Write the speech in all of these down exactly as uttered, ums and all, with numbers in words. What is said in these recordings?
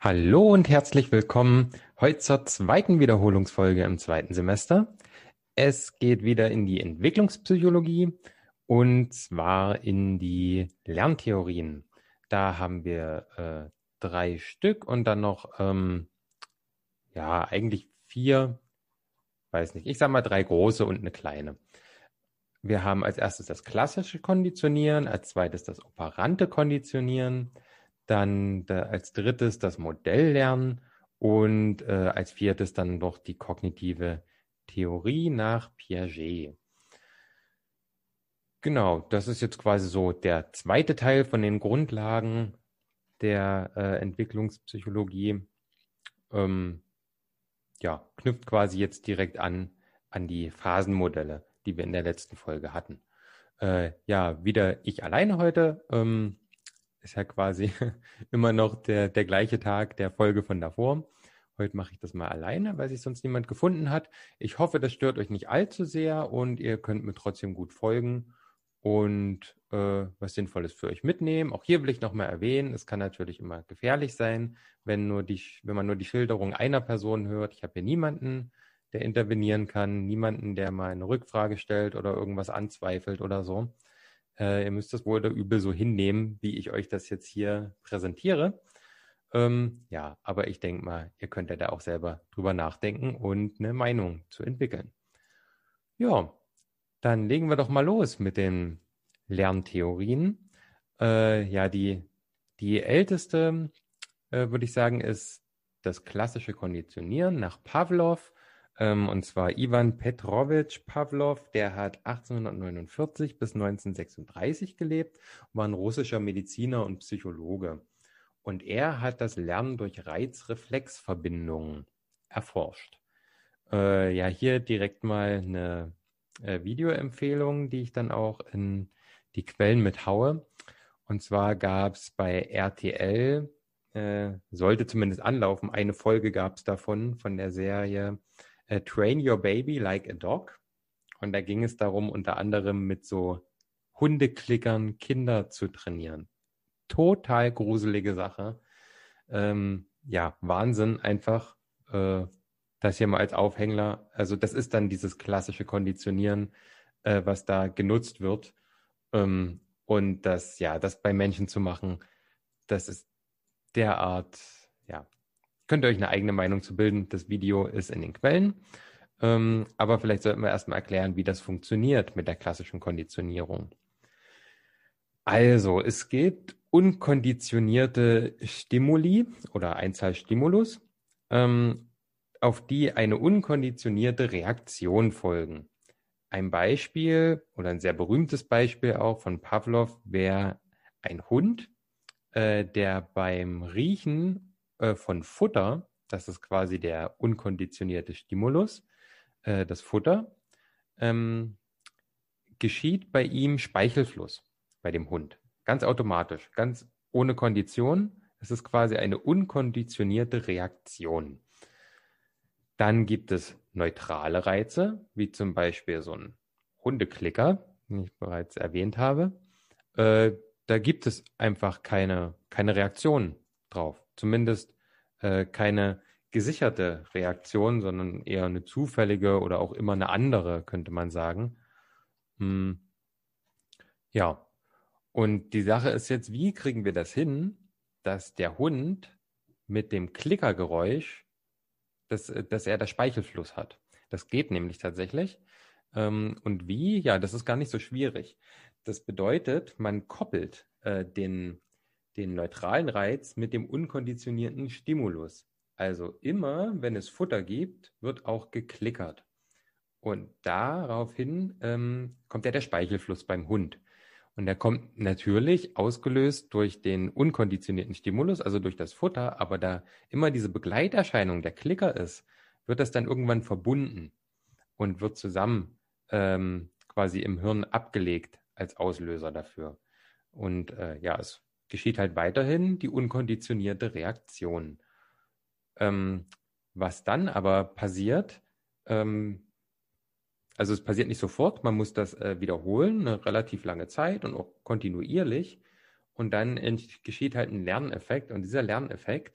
Hallo und herzlich willkommen heute zur zweiten Wiederholungsfolge im zweiten Semester. Es geht wieder in die Entwicklungspsychologie und zwar in die Lerntheorien. Da haben wir äh, drei Stück und dann noch, ähm, ja, eigentlich vier, weiß nicht, ich sag mal drei große und eine kleine. Wir haben als erstes das klassische Konditionieren, als zweites das operante Konditionieren, dann da, als drittes das Modelllernen und äh, als viertes dann noch die kognitive Theorie nach Piaget. Genau, das ist jetzt quasi so der zweite Teil von den Grundlagen der äh, Entwicklungspsychologie. Ähm, ja, knüpft quasi jetzt direkt an an die Phasenmodelle, die wir in der letzten Folge hatten. Äh, ja, wieder ich alleine heute. Ähm, ist ja quasi immer noch der, der gleiche Tag der Folge von davor. Heute mache ich das mal alleine, weil sich sonst niemand gefunden hat. Ich hoffe, das stört euch nicht allzu sehr und ihr könnt mir trotzdem gut folgen und äh, was Sinnvolles für euch mitnehmen. Auch hier will ich nochmal erwähnen, es kann natürlich immer gefährlich sein, wenn, nur die, wenn man nur die Schilderung einer Person hört. Ich habe hier niemanden, der intervenieren kann, niemanden, der mal eine Rückfrage stellt oder irgendwas anzweifelt oder so. Äh, ihr müsst das wohl oder übel so hinnehmen, wie ich euch das jetzt hier präsentiere. Ähm, ja, aber ich denke mal, ihr könnt ja da auch selber drüber nachdenken und eine Meinung zu entwickeln. Ja, dann legen wir doch mal los mit den Lerntheorien. Äh, ja, die, die älteste, äh, würde ich sagen, ist das klassische Konditionieren nach Pawlow. Ähm, und zwar Iwan Petrowitsch Pawlow, der hat achtzehnhundertneunundvierzig bis neunzehnhundertsechsunddreißig gelebt, war ein russischer Mediziner und Psychologe. Und er hat das Lernen durch Reiz-Reflex-Verbindungen erforscht. Äh, ja, hier direkt mal eine äh, Videoempfehlung, die ich dann auch in die Quellen mit haue. Und zwar gab es bei R T L, äh, sollte zumindest anlaufen, eine Folge gab es davon, von der Serie äh, Train Your Baby Like a Dog. Und da ging es darum, unter anderem mit so Hundeklickern Kinder zu trainieren. Total gruselige Sache. Ähm, ja, Wahnsinn einfach. Äh, das hier mal als Aufhänger. Also das ist dann dieses klassische Konditionieren, äh, was da genutzt wird. Ähm, und das, ja, das bei Menschen zu machen, das ist derart, ja, könnt ihr euch eine eigene Meinung zu bilden. Das Video ist in den Quellen. Ähm, aber vielleicht sollten wir erstmal erklären, wie das funktioniert mit der klassischen Konditionierung. Also, es gibt unkonditionierte Stimuli oder Einzahlstimulus, ähm, auf die eine unkonditionierte Reaktion folgen. Ein Beispiel oder ein sehr berühmtes Beispiel auch von Pawlow wäre ein Hund, äh, der beim Riechen äh, von Futter, das ist quasi der unkonditionierte Stimulus, äh, das Futter, ähm, geschieht bei ihm Speichelfluss bei dem Hund. Ganz automatisch, ganz ohne Kondition. Es ist quasi eine unkonditionierte Reaktion. Dann gibt es neutrale Reize, wie zum Beispiel so ein Hundeklicker, den ich bereits erwähnt habe. Äh, da gibt es einfach keine, keine Reaktion drauf. Zumindest äh, keine gesicherte Reaktion, sondern eher eine zufällige oder auch immer eine andere, könnte man sagen. Hm, ja, und die Sache ist jetzt, wie kriegen wir das hin, dass der Hund mit dem Klickergeräusch, dass, dass er das Speichelfluss hat. Das geht nämlich tatsächlich. Ähm, und wie? Ja, das ist gar nicht so schwierig. Das bedeutet, man koppelt äh, den, den neutralen Reiz mit dem unkonditionierten Stimulus. Also immer, wenn es Futter gibt, wird auch geklickert. Und daraufhin ähm, kommt ja der Speichelfluss beim Hund. Und der kommt natürlich ausgelöst durch den unkonditionierten Stimulus, also durch das Futter, aber da immer diese Begleiterscheinung der Klicker ist, wird das dann irgendwann verbunden und wird zusammen ähm, quasi im Hirn abgelegt als Auslöser dafür. Und äh, ja, es geschieht halt weiterhin die unkonditionierte Reaktion. Ähm, was dann aber passiert, ähm, also es passiert nicht sofort, man muss das äh, wiederholen, eine relativ lange Zeit und auch kontinuierlich. Und dann geschieht halt ein Lerneffekt. Und dieser Lerneffekt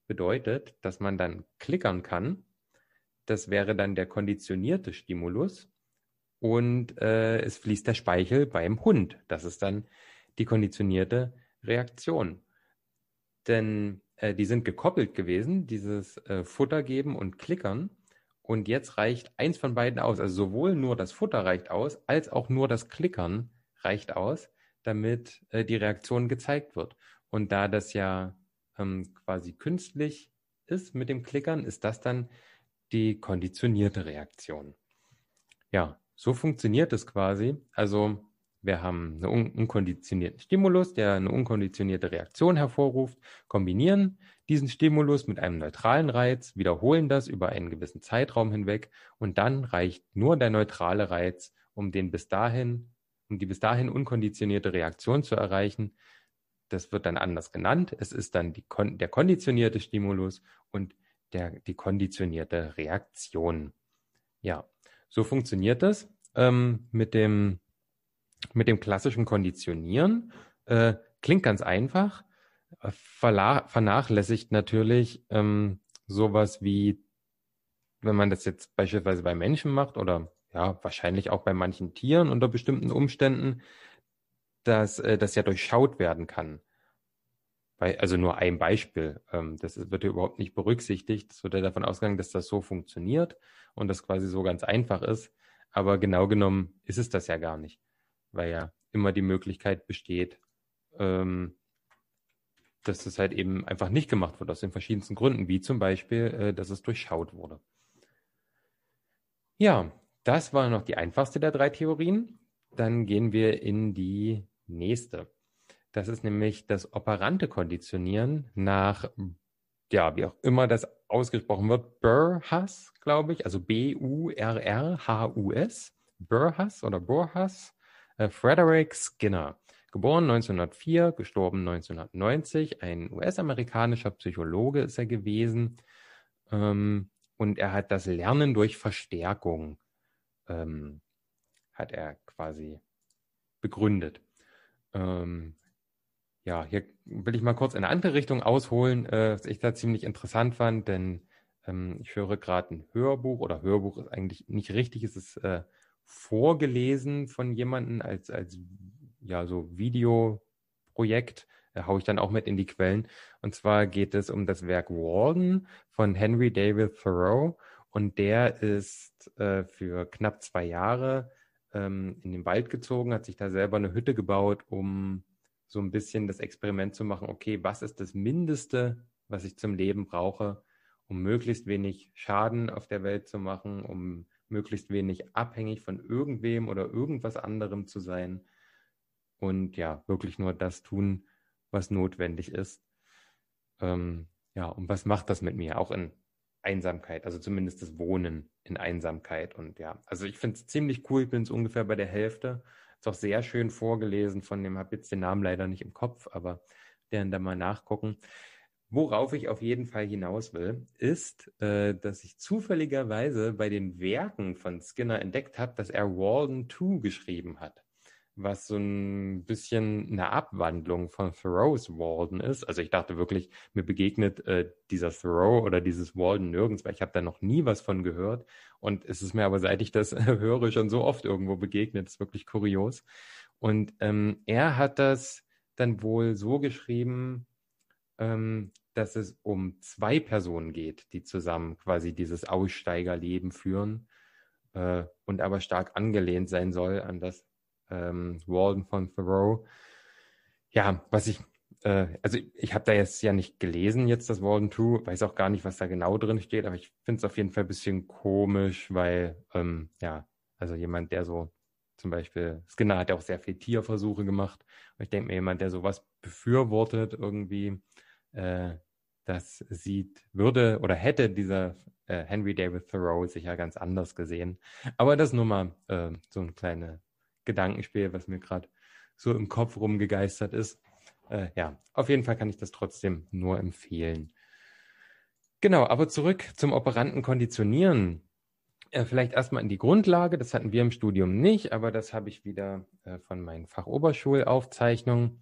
bedeutet, dass man dann klickern kann. Das wäre dann der konditionierte Stimulus. Und äh, es fließt der Speichel beim Hund. Das ist dann die konditionierte Reaktion. Denn äh, die sind gekoppelt gewesen, dieses äh, Futter geben und klickern. Und jetzt reicht eins von beiden aus. Also sowohl nur das Futter reicht aus, als auch nur das Klickern reicht aus, damit äh, die Reaktion gezeigt wird. Und da das ja ähm, quasi künstlich ist mit dem Klickern, ist das dann die konditionierte Reaktion. Ja, so funktioniert es quasi. Also wir haben einen un- unkonditionierten Stimulus, der eine unkonditionierte Reaktion hervorruft, kombinieren diesen Stimulus mit einem neutralen Reiz, wiederholen das über einen gewissen Zeitraum hinweg und dann reicht nur der neutrale Reiz, um den bis dahin, um die bis dahin unkonditionierte Reaktion zu erreichen. Das wird dann anders genannt. Es ist dann die, der konditionierte Stimulus und der, die konditionierte Reaktion. Ja, so funktioniert das ähm, mit dem, mit dem klassischen Konditionieren. Äh, klingt ganz einfach, verla- vernachlässigt natürlich ähm, sowas wie, wenn man das jetzt beispielsweise bei Menschen macht oder ja, wahrscheinlich auch bei manchen Tieren unter bestimmten Umständen, dass äh, das ja durchschaut werden kann. Bei, also nur ein Beispiel. Ähm, das ist, wird ja überhaupt nicht berücksichtigt. Es wird ja davon ausgegangen, dass das so funktioniert und das quasi so ganz einfach ist. Aber genau genommen ist es das ja gar nicht, weil ja immer die Möglichkeit besteht, ähm, dass das halt eben einfach nicht gemacht wird aus den verschiedensten Gründen, wie zum Beispiel, äh, dass es durchschaut wurde. Ja, das war noch die einfachste der drei Theorien. Dann gehen wir in die nächste. Das ist nämlich das operante Konditionieren nach, ja, wie auch immer das ausgesprochen wird, Burrhus, glaube ich, also B U R R H U S, Burrhus oder Burrhus, äh, Frederick Skinner. Geboren neunzehnhundertvier, gestorben neunzehnhundertneunzig, ein U S-amerikanischer Psychologe ist er gewesen. Ähm, und er hat das Lernen durch Verstärkung, ähm, hat er quasi begründet. Ähm, ja, hier will ich mal kurz in eine andere Richtung ausholen, äh, was ich da ziemlich interessant fand, denn ähm, ich höre gerade ein Hörbuch oder Hörbuch ist eigentlich nicht richtig, es ist äh, vorgelesen von jemandem als, als ja, so Videoprojekt, da haue ich dann auch mit in die Quellen. Und zwar geht es um das Werk Walden von Henry David Thoreau und der ist äh, für knapp zwei Jahre ähm, in den Wald gezogen, hat sich da selber eine Hütte gebaut, um so ein bisschen das Experiment zu machen, okay, was ist das Mindeste, was ich zum Leben brauche, um möglichst wenig Schaden auf der Welt zu machen, um möglichst wenig abhängig von irgendwem oder irgendwas anderem zu sein und ja, wirklich nur das tun, was notwendig ist. Ähm, ja, und was macht das mit mir? Auch in Einsamkeit, also zumindest das Wohnen in Einsamkeit. Und ja, also ich finde es ziemlich cool, ich bin es ungefähr bei der Hälfte. Ist auch sehr schön vorgelesen von dem, habe jetzt den Namen leider nicht im Kopf, aber deren da mal nachgucken. Worauf ich auf jeden Fall hinaus will, ist, äh, dass ich zufälligerweise bei den Werken von Skinner entdeckt habe, dass er Walden zwei geschrieben hat, was so ein bisschen eine Abwandlung von Thoreaus Walden ist. Also ich dachte wirklich, mir begegnet äh, dieser Thoreau oder dieses Walden nirgends, weil ich habe da noch nie was von gehört. Und es ist mir aber, seit ich das äh, höre, schon so oft irgendwo begegnet. Das ist wirklich kurios. Und ähm, er hat das dann wohl so geschrieben, ähm, dass es um zwei Personen geht, die zusammen quasi dieses Aussteigerleben führen äh, und aber stark angelehnt sein soll an das ähm, Walden von Thoreau. Ja, was ich, äh, also ich, ich habe da jetzt ja nicht gelesen, jetzt das Walden zwei, weiß auch gar nicht, was da genau drin steht, aber ich finde es auf jeden Fall ein bisschen komisch, weil, ähm, ja, also jemand, der so zum Beispiel, Skinner hat ja auch sehr viel Tierversuche gemacht. Und ich denke mir, jemand, der sowas befürwortet irgendwie, äh, das sieht, würde oder hätte dieser äh, Henry David Thoreau sicher ganz anders gesehen. Aber das nur mal äh, so ein kleines Gedankenspiel, was mir gerade so im Kopf rumgegeistert ist. Äh, ja, auf jeden Fall kann ich das trotzdem nur empfehlen. Genau, aber zurück zum operanten Konditionieren. Äh, vielleicht erstmal in die Grundlage, das hatten wir im Studium nicht, aber das habe ich wieder äh, von meinen Fachoberschulaufzeichnungen.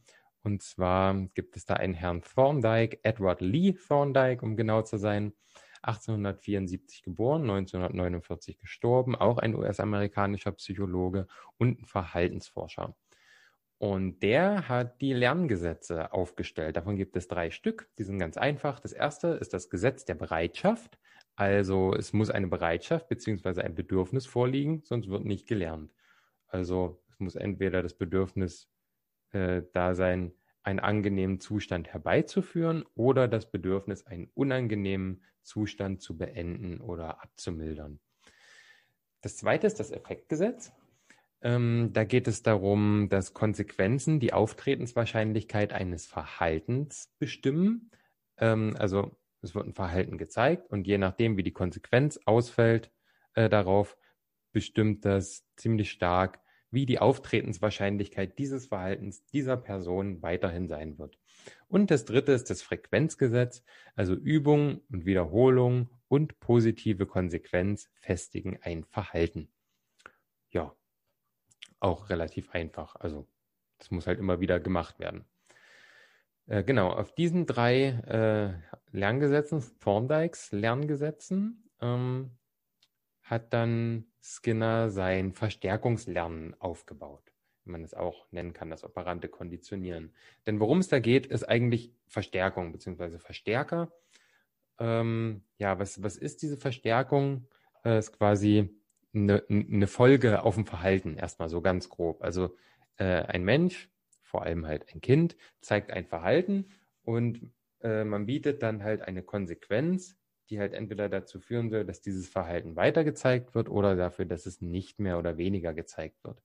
Und zwar gibt es da einen Herrn Thorndike, Edward Lee Thorndike, um genau zu sein, achtzehnhundertvierundsiebzig geboren, neunzehnhundertneunundvierzig gestorben, auch ein U S-amerikanischer Psychologe und ein Verhaltensforscher. Und der hat die Lerngesetze aufgestellt. Davon gibt es drei Stück. Die sind ganz einfach. Das erste ist das Gesetz der Bereitschaft. Also es muss eine Bereitschaft bzw. ein Bedürfnis vorliegen, sonst wird nicht gelernt. Also es muss entweder das Bedürfnis äh, da sein, einen angenehmen Zustand herbeizuführen oder das Bedürfnis, einen unangenehmen Zustand zu beenden oder abzumildern. Das zweite ist das Effektgesetz. Ähm, da geht es darum, dass Konsequenzen die Auftretenswahrscheinlichkeit eines Verhaltens bestimmen. Ähm, also es wird ein Verhalten gezeigt und je nachdem, wie die Konsequenz ausfällt äh, darauf, bestimmt das ziemlich stark, wie die Auftretenswahrscheinlichkeit dieses Verhaltens dieser Person weiterhin sein wird. Und das dritte ist das Frequenzgesetz, also Übung und Wiederholung und positive Konsequenz festigen ein Verhalten. Ja, auch relativ einfach. Also das muss halt immer wieder gemacht werden. Äh, genau, auf diesen drei äh, Lerngesetzen, Thorndikes Lerngesetzen, ähm, hat dann Skinner sein Verstärkungslernen aufgebaut, wenn man es auch nennen kann, das operante Konditionieren. Denn worum es da geht, ist eigentlich Verstärkung bzw. Verstärker. Ähm, ja, was, was ist diese Verstärkung? Äh, ist quasi eine, eine Folge auf dem Verhalten, erstmal so ganz grob. Also äh, ein Mensch, vor allem halt ein Kind, zeigt ein Verhalten und äh, man bietet dann halt eine Konsequenz, die halt entweder dazu führen soll, dass dieses Verhalten weiter gezeigt wird oder dafür, dass es nicht mehr oder weniger gezeigt wird.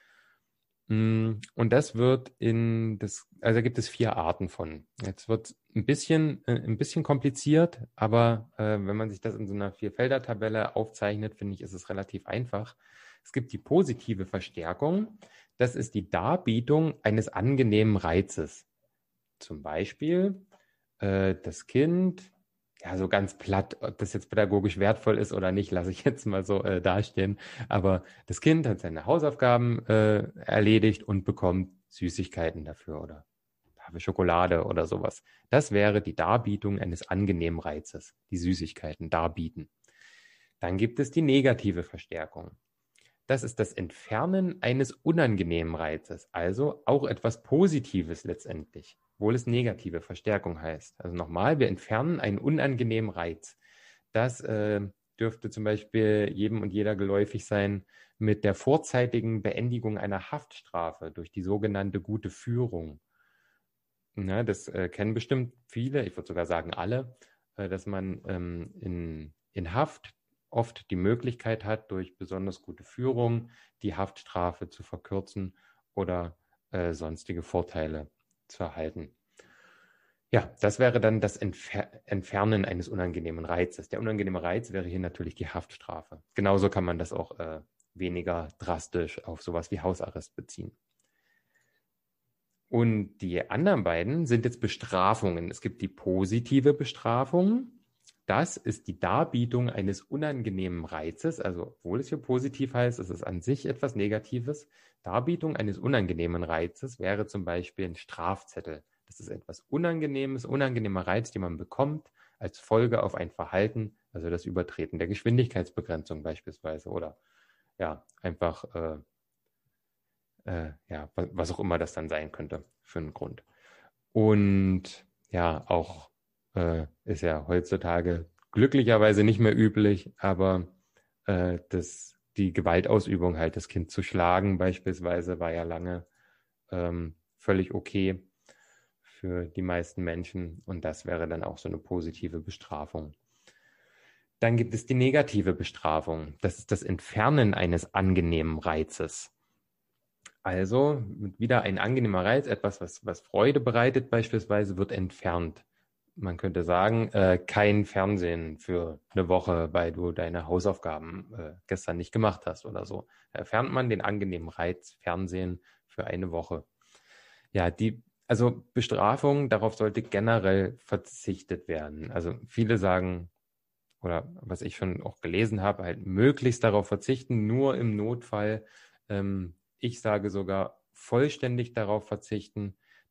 Und das wird in das, also gibt es vier Arten von. Jetzt wird es ein bisschen, äh, ein bisschen kompliziert, aber äh, wenn man sich das in so einer Vierfelder-Tabelle aufzeichnet, finde ich, ist es relativ einfach. Es gibt die positive Verstärkung. Das ist die Darbietung eines angenehmen Reizes. Zum Beispiel äh, das Kind, ja, so ganz platt, ob das jetzt pädagogisch wertvoll ist oder nicht, lasse ich jetzt mal so äh, dastehen. Aber das Kind hat seine Hausaufgaben äh, erledigt und bekommt Süßigkeiten dafür oder Tafel Schokolade oder sowas. Das wäre die Darbietung eines angenehmen Reizes, die Süßigkeiten darbieten. Dann gibt es die negative Verstärkung. Das ist das Entfernen eines unangenehmen Reizes, also auch etwas Positives letztendlich, obwohl es negative Verstärkung heißt. Also nochmal, wir entfernen einen unangenehmen Reiz. Das äh, dürfte zum Beispiel jedem und jeder geläufig sein mit der vorzeitigen Beendigung einer Haftstrafe durch die sogenannte gute Führung. Na, das äh, kennen bestimmt viele, ich würde sogar sagen alle, äh, dass man ähm, in, in Haft oft die Möglichkeit hat, durch besonders gute Führung die Haftstrafe zu verkürzen oder äh, sonstige Vorteile zu erhalten. Ja, das wäre dann das Entfer- Entfernen eines unangenehmen Reizes. Der unangenehme Reiz wäre hier natürlich die Haftstrafe. Genauso kann man das auch äh, weniger drastisch auf sowas wie Hausarrest beziehen. Und die anderen beiden sind jetzt Bestrafungen. Es gibt die positive Bestrafung. Das ist die Darbietung eines unangenehmen Reizes. Also, obwohl es hier positiv heißt, ist es an sich etwas Negatives. Darbietung eines unangenehmen Reizes wäre zum Beispiel ein Strafzettel. Das ist etwas Unangenehmes, unangenehmer Reiz, den man bekommt als Folge auf ein Verhalten, also das Übertreten der Geschwindigkeitsbegrenzung beispielsweise oder ja, einfach äh, Äh, ja, was auch immer das dann sein könnte für einen Grund. Und ja, auch äh, ist ja heutzutage glücklicherweise nicht mehr üblich, aber äh, das, die Gewaltausübung halt, das Kind zu schlagen beispielsweise, war ja lange ähm, völlig okay für die meisten Menschen und das wäre dann auch so eine positive Bestrafung. Dann gibt es die negative Bestrafung. Das ist das Entfernen eines angenehmen Reizes. Also wieder ein angenehmer Reiz, etwas, was, was Freude bereitet beispielsweise, wird entfernt. Man könnte sagen, äh, kein Fernsehen für eine Woche, weil du deine Hausaufgaben äh, gestern nicht gemacht hast oder so. Da entfernt man den angenehmen Reiz Fernsehen für eine Woche. Ja, die, also Bestrafung, darauf sollte generell verzichtet werden. Also viele sagen, oder was ich schon auch gelesen habe, halt möglichst darauf verzichten, nur im Notfall. Ähm, ich sage sogar vollständig darauf verzichten.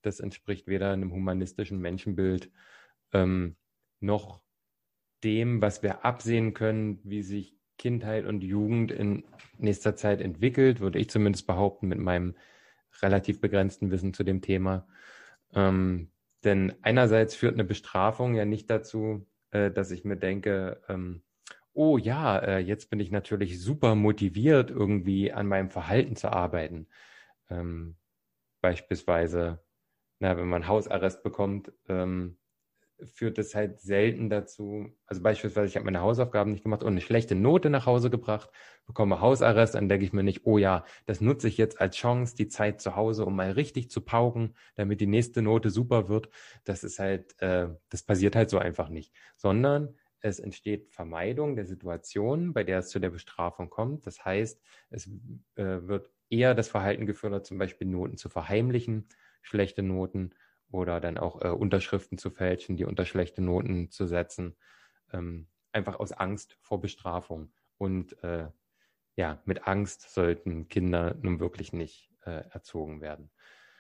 das entspricht weder einem humanistischen Menschenbild ähm, noch dem, was wir absehen können, wie sich Kindheit und Jugend in nächster Zeit entwickelt, würde ich zumindest behaupten, mit meinem relativ begrenzten Wissen zu dem Thema. Ähm, denn einerseits führt eine Bestrafung ja nicht dazu, äh, dass ich mir denke, ähm, oh ja, äh, jetzt bin ich natürlich super motiviert, irgendwie an meinem Verhalten zu arbeiten. Ähm, beispielsweise, na, wenn man Hausarrest bekommt, ähm, führt es halt selten dazu, also beispielsweise, ich habe meine Hausaufgaben nicht gemacht und eine schlechte Note nach Hause gebracht, bekomme Hausarrest, dann denke ich mir nicht, oh ja, das nutze ich jetzt als Chance, die Zeit zu Hause, um mal richtig zu pauken, damit die nächste Note super wird. Das ist halt, äh, das passiert halt so einfach nicht, sondern es entsteht Vermeidung der Situation, bei der es zu der Bestrafung kommt. Das heißt, es äh, wird eher das Verhalten gefördert, zum Beispiel Noten zu verheimlichen, schlechte Noten, oder dann auch äh, Unterschriften zu fälschen, die unter schlechte Noten zu setzen, ähm, einfach aus Angst vor Bestrafung. Und äh, ja, mit Angst sollten Kinder nun wirklich nicht äh, erzogen werden.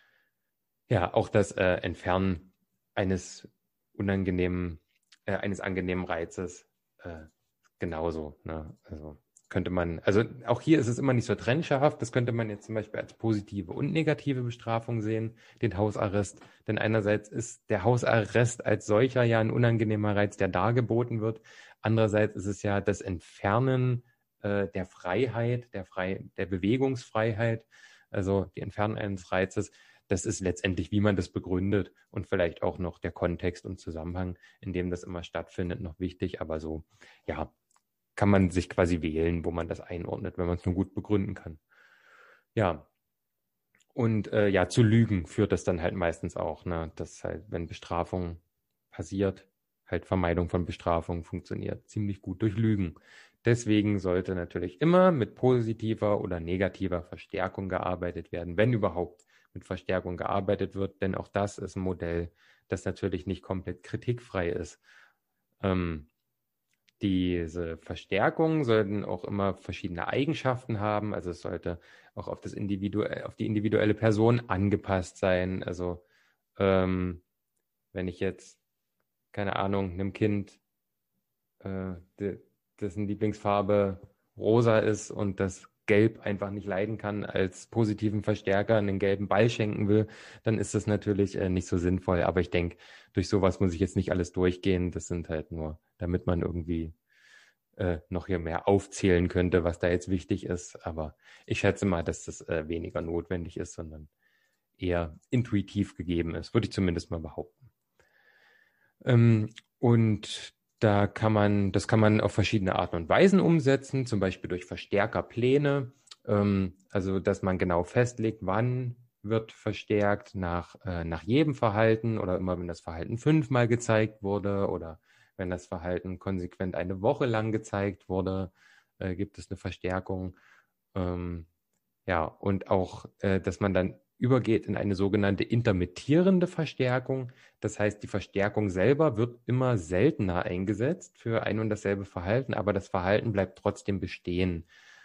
Ja, auch das äh, Entfernen eines unangenehmen, äh, eines angenehmen Reizes äh, genauso. Ne? Also könnte man, also auch hier ist es immer nicht so trennscharf, das könnte man jetzt zum Beispiel als positive und negative Bestrafung sehen, den Hausarrest. Denn einerseits ist der Hausarrest als solcher ja ein unangenehmer Reiz, der dargeboten wird. Andererseits ist es ja das Entfernen äh, der Freiheit, der, Frei der Bewegungsfreiheit, also die Entfernung eines Reizes. Das ist letztendlich, wie man das begründet und vielleicht auch noch der Kontext und Zusammenhang, in dem das immer stattfindet, noch wichtig. Aber so, ja, kann man sich quasi wählen, wo man das einordnet, wenn man es nur gut begründen kann. Ja, und äh, ja, zu Lügen führt das dann halt meistens auch, ne? Dass halt, wenn Bestrafung passiert, halt Vermeidung von Bestrafung funktioniert ziemlich gut durch Lügen. Deswegen sollte natürlich immer mit positiver oder negativer Verstärkung gearbeitet werden, wenn überhaupt mit Verstärkung gearbeitet wird, denn auch das ist ein Modell, das natürlich nicht komplett kritikfrei ist. Ähm, diese Verstärkungen sollten auch immer verschiedene Eigenschaften haben. Also es sollte auch auf das individuell, auf die individuelle Person angepasst sein. Also ähm, wenn ich jetzt, keine Ahnung, einem Kind, äh, de, dessen Lieblingsfarbe rosa ist und das Gelb einfach nicht leiden kann, als positiven Verstärker einen gelben Ball schenken will, dann ist das natürlich äh, nicht so sinnvoll. Aber ich denke, durch sowas muss ich jetzt nicht alles durchgehen. Das sind halt nur, damit man irgendwie äh, noch hier mehr aufzählen könnte, was da jetzt wichtig ist. Aber ich schätze mal, dass das äh, weniger notwendig ist, sondern eher intuitiv gegeben ist, würde ich zumindest mal behaupten. Ähm, und da kann man, das kann man auf verschiedene Arten und Weisen umsetzen, zum Beispiel durch Verstärkerpläne, ähm, also dass man genau festlegt, wann wird verstärkt nach, äh, nach jedem Verhalten oder immer, wenn das Verhalten fünfmal gezeigt wurde oder wenn das Verhalten konsequent eine Woche lang gezeigt wurde, äh, gibt es eine Verstärkung. Ähm, ja, und auch, äh, dass man dann übergeht in eine sogenannte intermittierende Verstärkung. Das heißt, die Verstärkung selber wird immer seltener eingesetzt für ein und dasselbe Verhalten, aber das Verhalten bleibt trotzdem bestehen.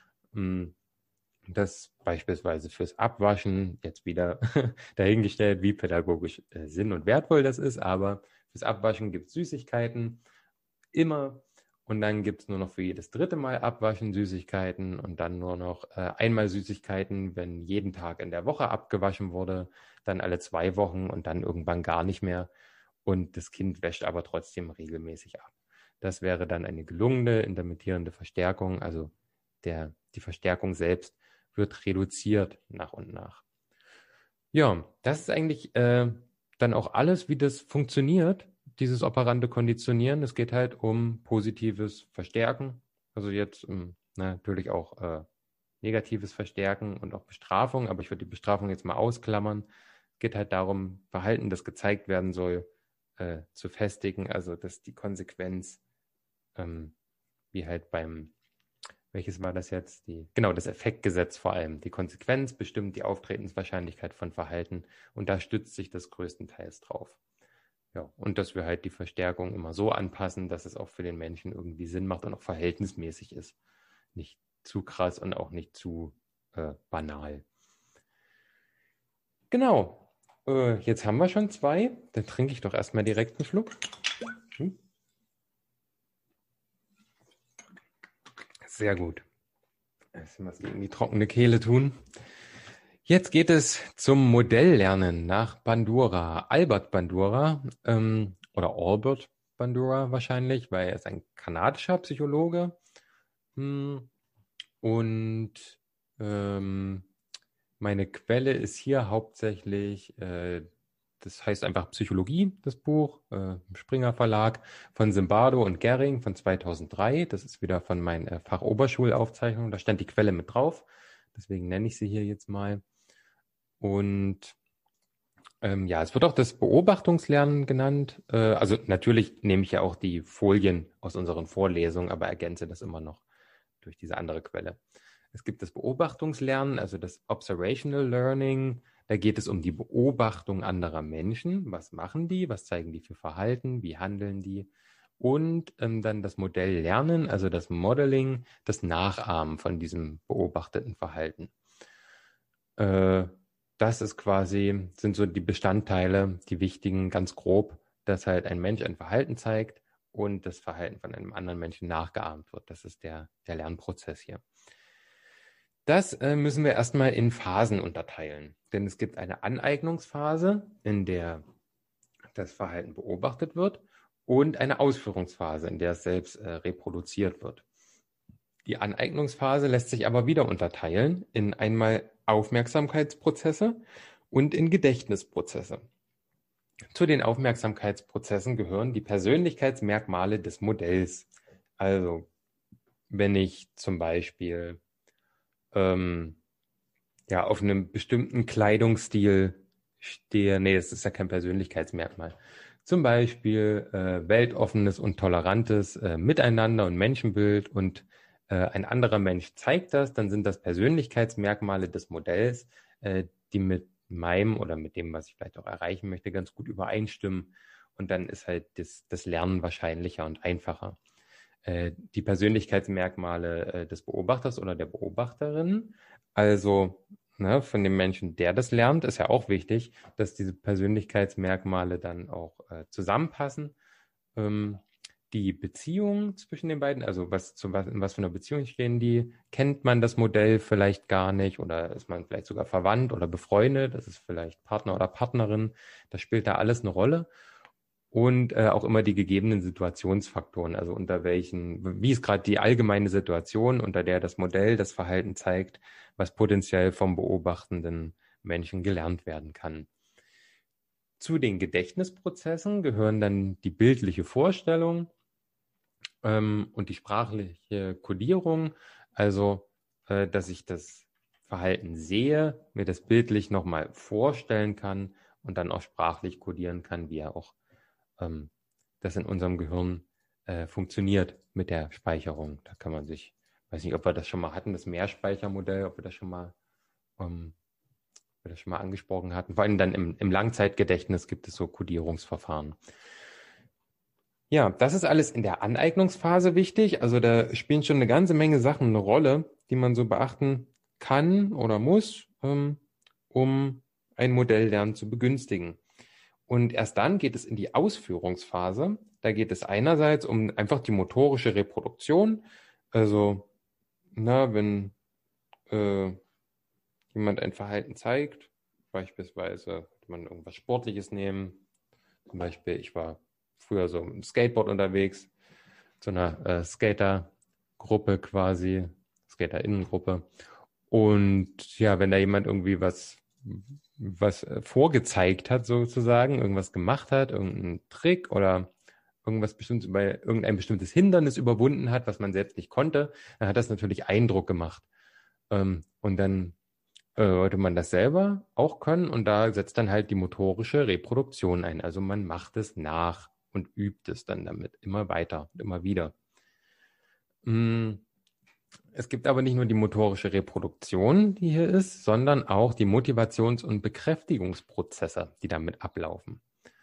Das beispielsweise fürs Abwaschen, jetzt wieder dahingestellt, wie pädagogisch äh, sinn- und wertvoll das ist, aber fürs Abwaschen gibt es Süßigkeiten immer. Und dann gibt es nur noch für jedes dritte Mal Abwaschen Süßigkeiten und dann nur noch äh, einmal Süßigkeiten, wenn jeden Tag in der Woche abgewaschen wurde, dann alle zwei Wochen und dann irgendwann gar nicht mehr. Und das Kind wäscht aber trotzdem regelmäßig ab. Das wäre dann eine gelungene intermittierende Verstärkung. Also der, die Verstärkung selbst wird reduziert nach und nach. Ja, das ist eigentlich äh, dann auch alles, wie das funktioniert, dieses operante Konditionieren. Es geht halt um positives Verstärken, also jetzt um, na, natürlich auch äh, negatives Verstärken und auch Bestrafung, aber ich würde die Bestrafung jetzt mal ausklammern. Es geht halt darum, Verhalten, das gezeigt werden soll, äh, zu festigen, also dass die Konsequenz, ähm, wie halt beim welches war das jetzt? Die, genau, das Effektgesetz vor allem. Die Konsequenz bestimmt die Auftretenswahrscheinlichkeit von Verhalten und da stützt sich das größtenteils drauf. Ja, und dass wir halt die Verstärkung immer so anpassen, dass es auch für den Menschen irgendwie Sinn macht und auch verhältnismäßig ist. Nicht zu krass und auch nicht zu äh, banal. Genau. Äh, jetzt haben wir schon zwei. Dann trinke ich doch erstmal direkt einen Schluck. Hm. Sehr gut. Erstmal was gegen die trockene Kehle tun. Jetzt geht es zum Modelllernen nach Bandura. Albert Bandura ähm, oder Albert Bandura wahrscheinlich, weil er ist ein kanadischer Psychologe. Hm. Und ähm, meine Quelle ist hier hauptsächlich, äh, das heißt einfach Psychologie, das Buch, äh, im Springer Verlag von Zimbardo und Gehring von zweitausenddrei. Das ist wieder von meinen äh, Fachoberschulaufzeichnungen. Da stand die Quelle mit drauf. Deswegen nenne ich sie hier jetzt mal. Und ähm, ja, es wird auch das Beobachtungslernen genannt. Äh, also natürlich nehme ich ja auch die Folien aus unseren Vorlesungen, aber ergänze das immer noch durch diese andere Quelle. Es gibt das Beobachtungslernen, also das Observational Learning. Da geht es um die Beobachtung anderer Menschen. Was machen die? Was zeigen die für Verhalten? Wie handeln die? Und ähm, dann das Modelllernen, also das Modeling, das Nachahmen von diesem beobachteten Verhalten. Äh, das ist quasi, sind so die Bestandteile, die wichtigen, ganz grob, dass halt ein Mensch ein Verhalten zeigt und das Verhalten von einem anderen Menschen nachgeahmt wird. Das ist der, der Lernprozess hier. Das äh, müssen wir erstmal in Phasen unterteilen. Denn es gibt eine Aneignungsphase, in der das Verhalten beobachtet wird, und eine Ausführungsphase, in der es selbst äh, reproduziert wird. Die Aneignungsphase lässt sich aber wieder unterteilen in einmal Aufmerksamkeitsprozesse und in Gedächtnisprozesse. Zu den Aufmerksamkeitsprozessen gehören die Persönlichkeitsmerkmale des Modells. Also, wenn ich zum Beispiel ähm, ja, auf einem bestimmten Kleidungsstil stehe, nee, das ist ja kein Persönlichkeitsmerkmal. Zum Beispiel äh, weltoffenes und tolerantes äh, Miteinander und Menschenbild und äh, ein anderer Mensch zeigt das, dann sind das Persönlichkeitsmerkmale des Modells, äh, die mit meinem oder mit dem, was ich vielleicht auch erreichen möchte, ganz gut übereinstimmen. Und dann ist halt das, das Lernen wahrscheinlicher und einfacher. Äh, die Persönlichkeitsmerkmale äh, des Beobachters oder der Beobachterin, also ne, von dem Menschen, der das lernt, ist ja auch wichtig, dass diese Persönlichkeitsmerkmale dann auch äh, zusammenpassen. Ähm, die Beziehung zwischen den beiden, also was, zu was, in was für einer Beziehung stehen die, kennt man das Modell vielleicht gar nicht oder ist man vielleicht sogar verwandt oder befreundet, das ist vielleicht Partner oder Partnerin, das spielt da alles eine Rolle. Und äh, auch immer die gegebenen Situationsfaktoren, also unter welchen, wie ist gerade die allgemeine Situation, unter der das Modell das Verhalten zeigt, was potenziell vom beobachtenden Menschen gelernt werden kann. Zu den Gedächtnisprozessen gehören dann die bildliche Vorstellung ähm, und die sprachliche Kodierung, also äh, dass ich das Verhalten sehe, mir das bildlich nochmal vorstellen kann und dann auch sprachlich kodieren kann, wie er auch ähm, das in unserem Gehirn äh, funktioniert mit der Speicherung. Da kann man sich, weiß nicht, ob wir das schon mal hatten, das Mehrspeichermodell, ob wir das schon mal, ähm, ob wir das schon mal angesprochen hatten. Vor allem dann im, im Langzeitgedächtnis gibt es so Kodierungsverfahren. Ja, das ist alles in der Aneignungsphase wichtig. Also da spielen schon eine ganze Menge Sachen eine Rolle, die man so beachten kann oder muss, ähm, um ein Modelllernen zu begünstigen. Und erst dann geht es in die Ausführungsphase. Da geht es einerseits um einfach die motorische Reproduktion. Also, na, wenn äh, jemand ein Verhalten zeigt, beispielsweise kann man irgendwas Sportliches nehmen. Zum Beispiel, ich war früher so im Skateboard unterwegs, zu einer äh, Skatergruppe quasi, Skaterinnengruppe. Und ja, wenn da jemand irgendwie was was vorgezeigt hat, sozusagen, irgendwas gemacht hat, irgendeinen Trick oder irgendwas bestimmtes, über irgendein bestimmtes Hindernis überwunden hat, was man selbst nicht konnte, dann hat das natürlich Eindruck gemacht. Ähm, und dann äh, wollte man das selber auch können und da setzt dann halt die motorische Reproduktion ein. Also man macht es nach und übt es dann damit immer weiter und immer wieder. Mm. Es gibt aber nicht nur die motorische Reproduktion, die hier ist, sondern auch die Motivations- und Bekräftigungsprozesse, die damit ablaufen.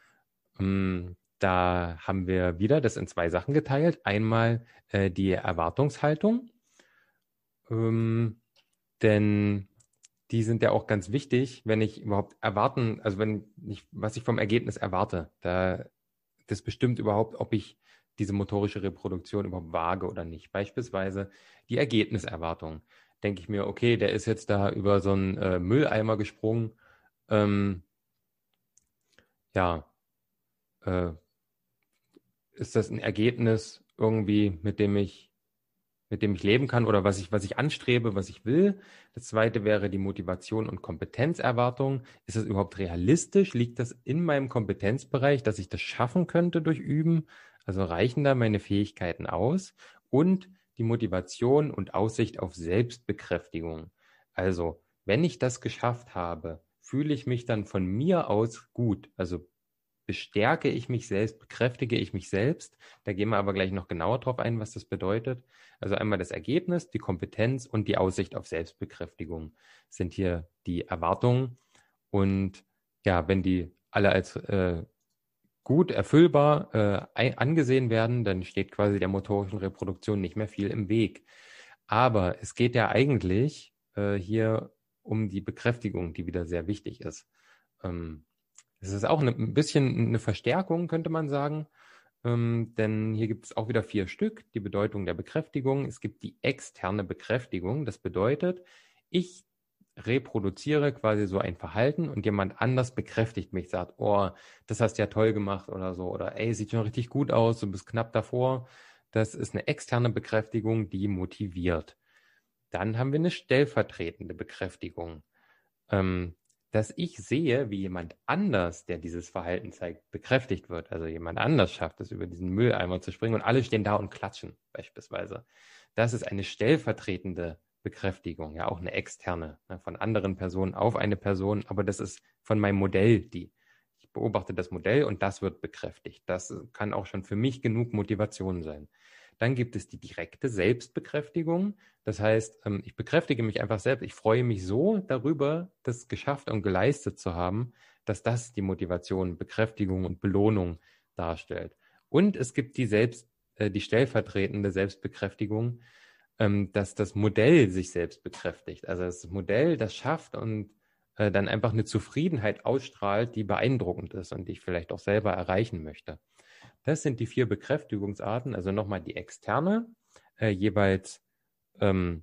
Da haben wir wieder das in zwei Sachen geteilt. Einmal äh, die Erwartungshaltung, ähm, denn die sind ja auch ganz wichtig, wenn ich überhaupt erwarten, also wenn ich, was ich vom Ergebnis erwarte. Da, das bestimmt überhaupt, ob ich diese motorische Reproduktion überhaupt wage oder nicht. Beispielsweise die Ergebniserwartung. Denke ich mir, okay, der ist jetzt da über so einen äh, Mülleimer gesprungen. Ähm, ja, äh, ist das ein Ergebnis irgendwie, mit dem ich, mit dem ich leben kann oder was ich, was ich anstrebe, was ich will? Das zweite wäre die Motivation und Kompetenzerwartung. Ist das überhaupt realistisch? Liegt das in meinem Kompetenzbereich, dass ich das schaffen könnte durch Üben? Also reichen da meine Fähigkeiten aus? Und die Motivation und Aussicht auf Selbstbekräftigung. Also, wenn ich das geschafft habe, fühle ich mich dann von mir aus gut. Also bestärke ich mich selbst, bekräftige ich mich selbst. Da gehen wir aber gleich noch genauer drauf ein, was das bedeutet. Also einmal das Ergebnis, die Kompetenz und die Aussicht auf Selbstbekräftigung sind hier die Erwartungen. Und ja, wenn die alle als äh, gut erfüllbar äh, ein, angesehen werden, dann steht quasi der motorischen Reproduktion nicht mehr viel im Weg. Aber es geht ja eigentlich äh, hier um die Bekräftigung, die wieder sehr wichtig ist. Ähm, Es ist auch eine, ein bisschen eine Verstärkung, könnte man sagen. Ähm, denn hier gibt es auch wieder vier Stück. Die Bedeutung der Bekräftigung. Es gibt die externe Bekräftigung. Das bedeutet, ich reproduziere quasi so ein Verhalten und jemand anders bekräftigt mich, sagt, oh, das hast du ja toll gemacht oder so. Oder ey, sieht schon richtig gut aus, du bist knapp davor. Das ist eine externe Bekräftigung, die motiviert. Dann haben wir eine stellvertretende Bekräftigung. Ähm, dass ich sehe, wie jemand anders, der dieses Verhalten zeigt, bekräftigt wird. Also jemand anders schafft es, über diesen Mülleimer zu springen und alle stehen da und klatschen beispielsweise. Das ist eine stellvertretende Bekräftigung, ja auch eine externe, ne, von anderen Personen auf eine Person, aber das ist von meinem Modell, die ich beobachte das Modell und das wird bekräftigt. Das kann auch schon für mich genug Motivation sein. Dann gibt es die direkte Selbstbekräftigung. Das heißt, ich bekräftige mich einfach selbst. Ich freue mich so darüber, das geschafft und geleistet zu haben, dass das die Motivation, Bekräftigung und Belohnung darstellt. Und es gibt die selbst, äh, die stellvertretende Selbstbekräftigung, ähm, dass das Modell sich selbst bekräftigt. Also das Modell das schafft und äh, dann einfach eine Zufriedenheit ausstrahlt, die beeindruckend ist und die ich vielleicht auch selber erreichen möchte. Das sind die vier Bekräftigungsarten. Also nochmal die externe, äh, jeweils ähm,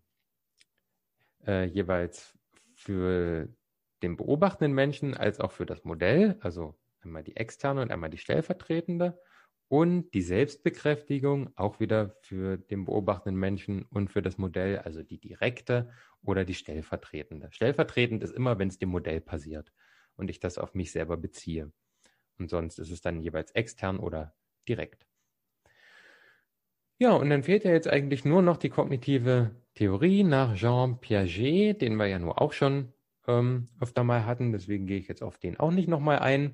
äh, jeweils für den beobachtenden Menschen als auch für das Modell, also einmal die externe und einmal die stellvertretende und die Selbstbekräftigung auch wieder für den beobachtenden Menschen und für das Modell, also die direkte oder die stellvertretende. Stellvertretend ist immer, wenn es dem Modell passiert und ich das auf mich selber beziehe. Und sonst ist es dann jeweils extern oder direkt. Ja, und dann fehlt ja jetzt eigentlich nur noch die kognitive Theorie nach Jean Piaget, den wir ja nur auch schon ähm, öfter mal hatten. Deswegen gehe ich jetzt auf den auch nicht nochmal ein.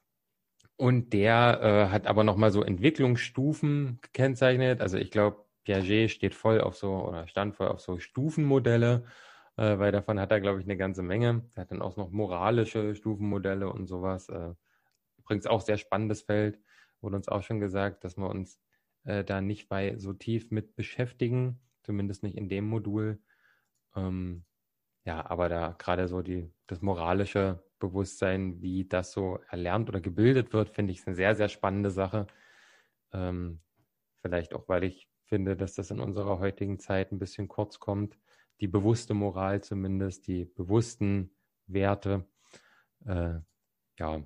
Und der äh, hat aber nochmal so Entwicklungsstufen gekennzeichnet. Also ich glaube, Piaget steht voll auf so oder stand voll auf so Stufenmodelle, äh, weil davon hat er, glaube ich, eine ganze Menge. Er hat dann auch noch moralische Stufenmodelle und sowas. Äh, übrigens auch sehr spannendes Feld. Wurde uns auch schon gesagt, dass wir uns äh, da nicht bei so tief mit beschäftigen, zumindest nicht in dem Modul. Ähm, ja, aber da gerade so die, das moralische Bewusstsein, wie das so erlernt oder gebildet wird, finde ich eine sehr, sehr spannende Sache. Ähm, vielleicht auch, weil ich finde, dass das in unserer heutigen Zeit ein bisschen kurz kommt. Die bewusste Moral zumindest, die bewussten Werte. Äh, ja.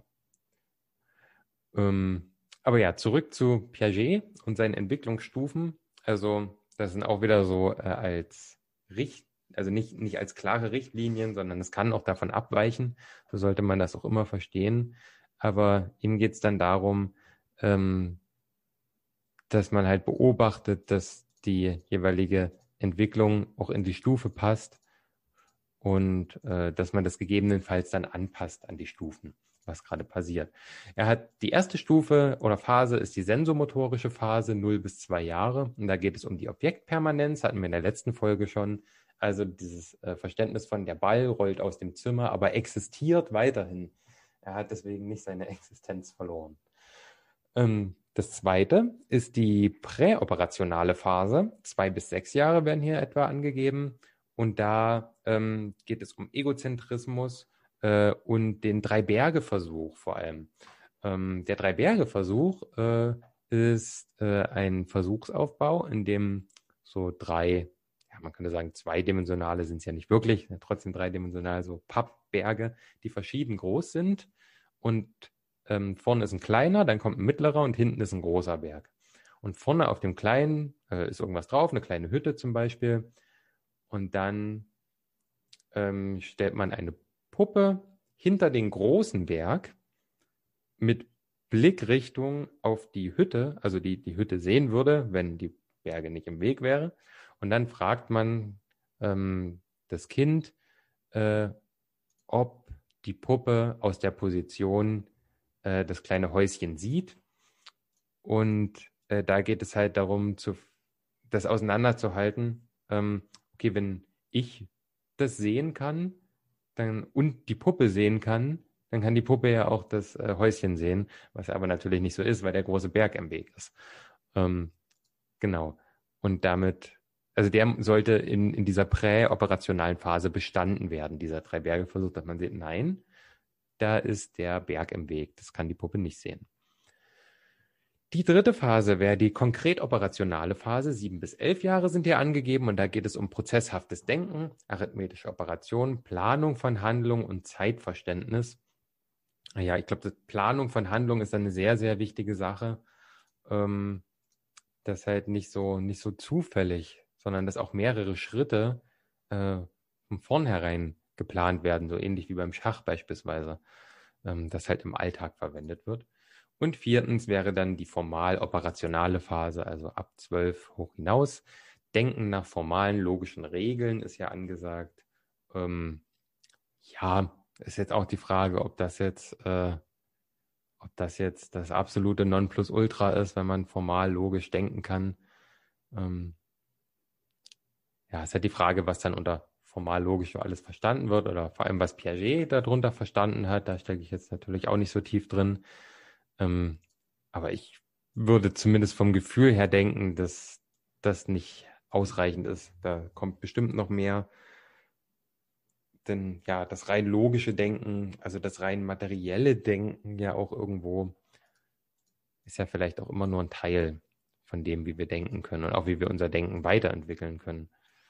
Ähm, aber ja, zurück zu Piaget und seinen Entwicklungsstufen. Also das sind auch wieder so äh, als Richt, also nicht, nicht als klare Richtlinien, sondern es kann auch davon abweichen. So sollte man das auch immer verstehen. Aber ihm geht es dann darum, ähm, dass man halt beobachtet, dass die jeweilige Entwicklung auch in die Stufe passt und äh, dass man das gegebenenfalls dann anpasst an die Stufen, was gerade passiert. Er hat die erste Stufe oder Phase ist die sensomotorische Phase, null bis zwei Jahre. Und da geht es um die Objektpermanenz, hatten wir in der letzten Folge schon. Also dieses äh, Verständnis von der Ball rollt aus dem Zimmer, aber existiert weiterhin. Er hat deswegen nicht seine Existenz verloren. Ähm, das zweite ist die präoperationale Phase. Zwei bis sechs Jahre werden hier etwa angegeben. Und da ähm, geht es um Egozentrismus äh, und den Drei-Berge-Versuch vor allem. Ähm, der Drei-Berge-Versuch äh, ist äh, ein Versuchsaufbau, in dem so drei, ja, man könnte sagen, zweidimensionale sind es ja nicht wirklich, trotzdem dreidimensional, so Pappberge, die verschieden groß sind. Und ähm, vorne ist ein kleiner, dann kommt ein mittlerer und hinten ist ein großer Berg. Und vorne auf dem kleinen äh, ist irgendwas drauf, eine kleine Hütte zum Beispiel. Und dann ähm, stellt man eine Puppe hinter den großen Berg mit Blickrichtung auf die Hütte, also die die Hütte sehen würde, wenn die Berge nicht im Weg wäre. Und dann fragt man ähm, das Kind, äh, ob die Puppe aus der Position äh, das kleine Häuschen sieht. Und äh, da geht es halt darum, zu, das auseinanderzuhalten. Ähm, okay, wenn ich das sehen kann dann, und die Puppe sehen kann, dann kann die Puppe ja auch das äh, Häuschen sehen, was aber natürlich nicht so ist, weil der große Berg im Weg ist. Ähm, genau. Und damit, also der sollte in, in dieser präoperationalen Phase bestanden werden, dieser Drei-Berge-Versuch, dass man sieht, nein, da ist der Berg im Weg. Das kann die Puppe nicht sehen. Die dritte Phase wäre die konkret operationale Phase. Sieben bis elf Jahre sind hier angegeben und da geht es um prozesshaftes Denken, arithmetische Operationen, Planung von Handlung und Zeitverständnis. Ja, ich glaube, Planung von Handlung ist eine sehr, sehr wichtige Sache. Ähm, das halt nicht so, nicht so zufällig, sondern dass auch mehrere Schritte äh, von vornherein geplant werden, so ähnlich wie beim Schach beispielsweise, ähm, das halt im Alltag verwendet wird. Und viertens wäre dann die formal-operationale Phase, also ab zwölf hoch hinaus. Denken nach formalen, logischen Regeln ist ja angesagt. Ähm, ja, ist jetzt auch die Frage, ob das jetzt, äh, ob das jetzt das absolute Nonplusultra ist, wenn man formal logisch denken kann. Ähm, ja, ist halt die Frage, was dann unter formal logisch so alles verstanden wird oder vor allem, was Piaget darunter verstanden hat. Da stecke ich jetzt natürlich auch nicht so tief drin. Ähm, aber ich würde zumindest vom Gefühl her denken, dass das nicht ausreichend ist. Da kommt bestimmt noch mehr. Denn ja, das rein logische Denken, also das rein materielle Denken ja auch irgendwo, ist ja vielleicht auch immer nur ein Teil von dem, wie wir denken können und auch wie wir unser Denken weiterentwickeln können.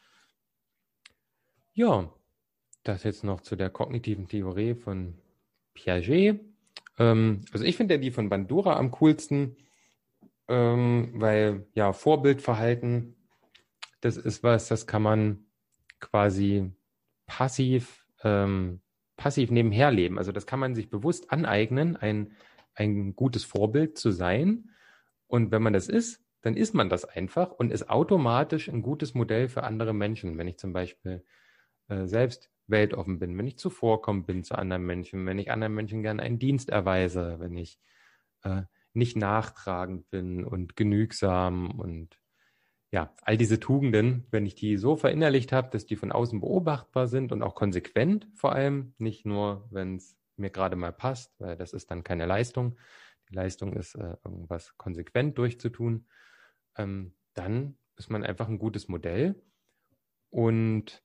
Ja, das jetzt noch zu der kognitiven Theorie von Piaget. Ähm, also ich finde ja die von Bandura am coolsten, ähm, weil ja Vorbildverhalten, das ist was, das kann man quasi passiv, ähm, passiv nebenher leben. Also das kann man sich bewusst aneignen, ein, ein gutes Vorbild zu sein. Und wenn man das ist, dann ist man das einfach und ist automatisch ein gutes Modell für andere Menschen. Wenn ich zum Beispiel äh, selbst weltoffen bin, wenn ich zuvorkommend bin zu anderen Menschen, wenn ich anderen Menschen gerne einen Dienst erweise, wenn ich äh, nicht nachtragend bin und genügsam und ja, all diese Tugenden, wenn ich die so verinnerlicht habe, dass die von außen beobachtbar sind und auch konsequent vor allem, nicht nur, wenn es mir gerade mal passt, weil das ist dann keine Leistung. Die Leistung ist, äh, irgendwas konsequent durchzutun. Ähm, dann ist man einfach ein gutes Modell und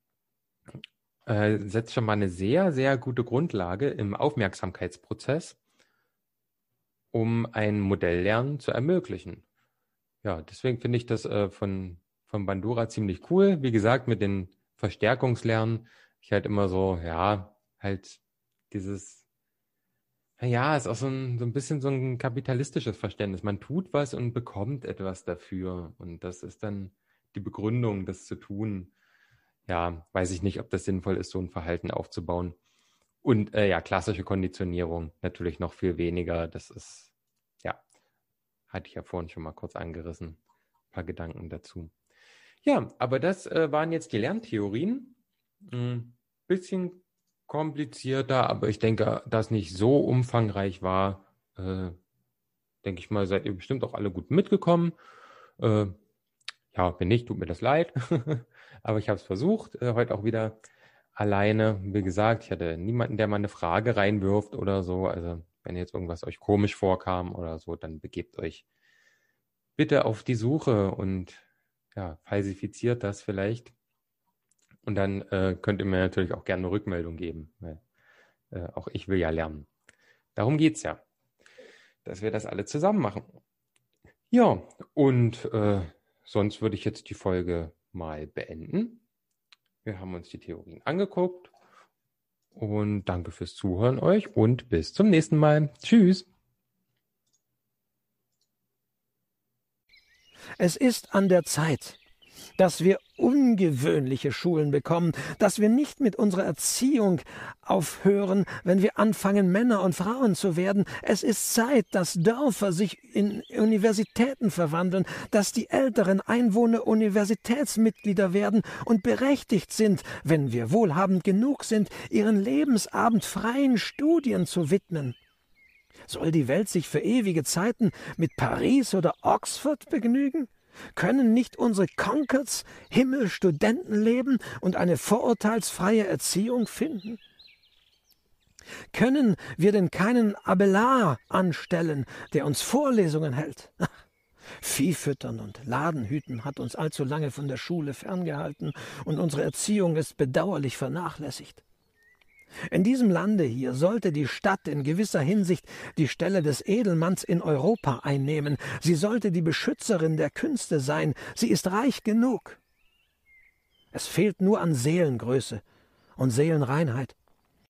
äh, setzt schon mal eine sehr, sehr gute Grundlage im Aufmerksamkeitsprozess, um ein Modelllernen zu ermöglichen. Ja, deswegen finde ich das äh, von, von Bandura ziemlich cool. Wie gesagt, mit den Verstärkungslernen, ich halt immer so, ja, halt dieses, ja, ist auch so ein, so ein bisschen so ein kapitalistisches Verständnis. Man tut was und bekommt etwas dafür. Und das ist dann die Begründung, das zu tun. Ja, weiß ich nicht, ob das sinnvoll ist, so ein Verhalten aufzubauen. Und äh, ja, klassische Konditionierung natürlich noch viel weniger. Das ist, ja, hatte ich ja vorhin schon mal kurz angerissen. Ein paar Gedanken dazu. Ja, aber das äh, waren jetzt die Lerntheorien. Ein bisschen komplizierter, aber ich denke, da es nicht so umfangreich war, äh, denke ich mal, seid ihr bestimmt auch alle gut mitgekommen. Äh, ja, wenn nicht, tut mir das leid. Aber ich habe es versucht, äh, heute auch wieder alleine. Wie gesagt, ich hatte niemanden, der mal eine Frage reinwirft oder so. Also wenn jetzt irgendwas euch komisch vorkam oder so, dann begebt euch bitte auf die Suche und ja, falsifiziert das vielleicht. Und dann äh, könnt ihr mir natürlich auch gerne eine Rückmeldung geben, weil äh, auch ich will ja lernen. Darum geht es ja, dass wir das alle zusammen machen. Ja, und äh, sonst würde ich jetzt die Folge mal beenden. Wir haben uns die Theorien angeguckt und danke fürs Zuhören euch und bis zum nächsten Mal. Tschüss. Es ist an der Zeit, dass wir ungewöhnliche Schulen bekommen, dass wir nicht mit unserer Erziehung aufhören, wenn wir anfangen, Männer und Frauen zu werden. Es ist Zeit, dass Dörfer sich in Universitäten verwandeln, dass die älteren Einwohner Universitätsmitglieder werden und berechtigt sind, wenn wir wohlhabend genug sind, ihren Lebensabend freien Studien zu widmen. Soll die Welt sich für ewige Zeiten mit Paris oder Oxford begnügen? Können nicht unsere Concords Himmelstudenten leben und eine vorurteilsfreie Erziehung finden? Können wir denn keinen Abelard anstellen, der uns Vorlesungen hält? Viehfüttern und Ladenhüten hat uns allzu lange von der Schule ferngehalten und unsere Erziehung ist bedauerlich vernachlässigt. In diesem Lande hier sollte die Stadt in gewisser Hinsicht die Stelle des Edelmanns in Europa einnehmen. Sie sollte die Beschützerin der Künste sein. Sie ist reich genug. Es fehlt nur an Seelengröße und Seelenreinheit.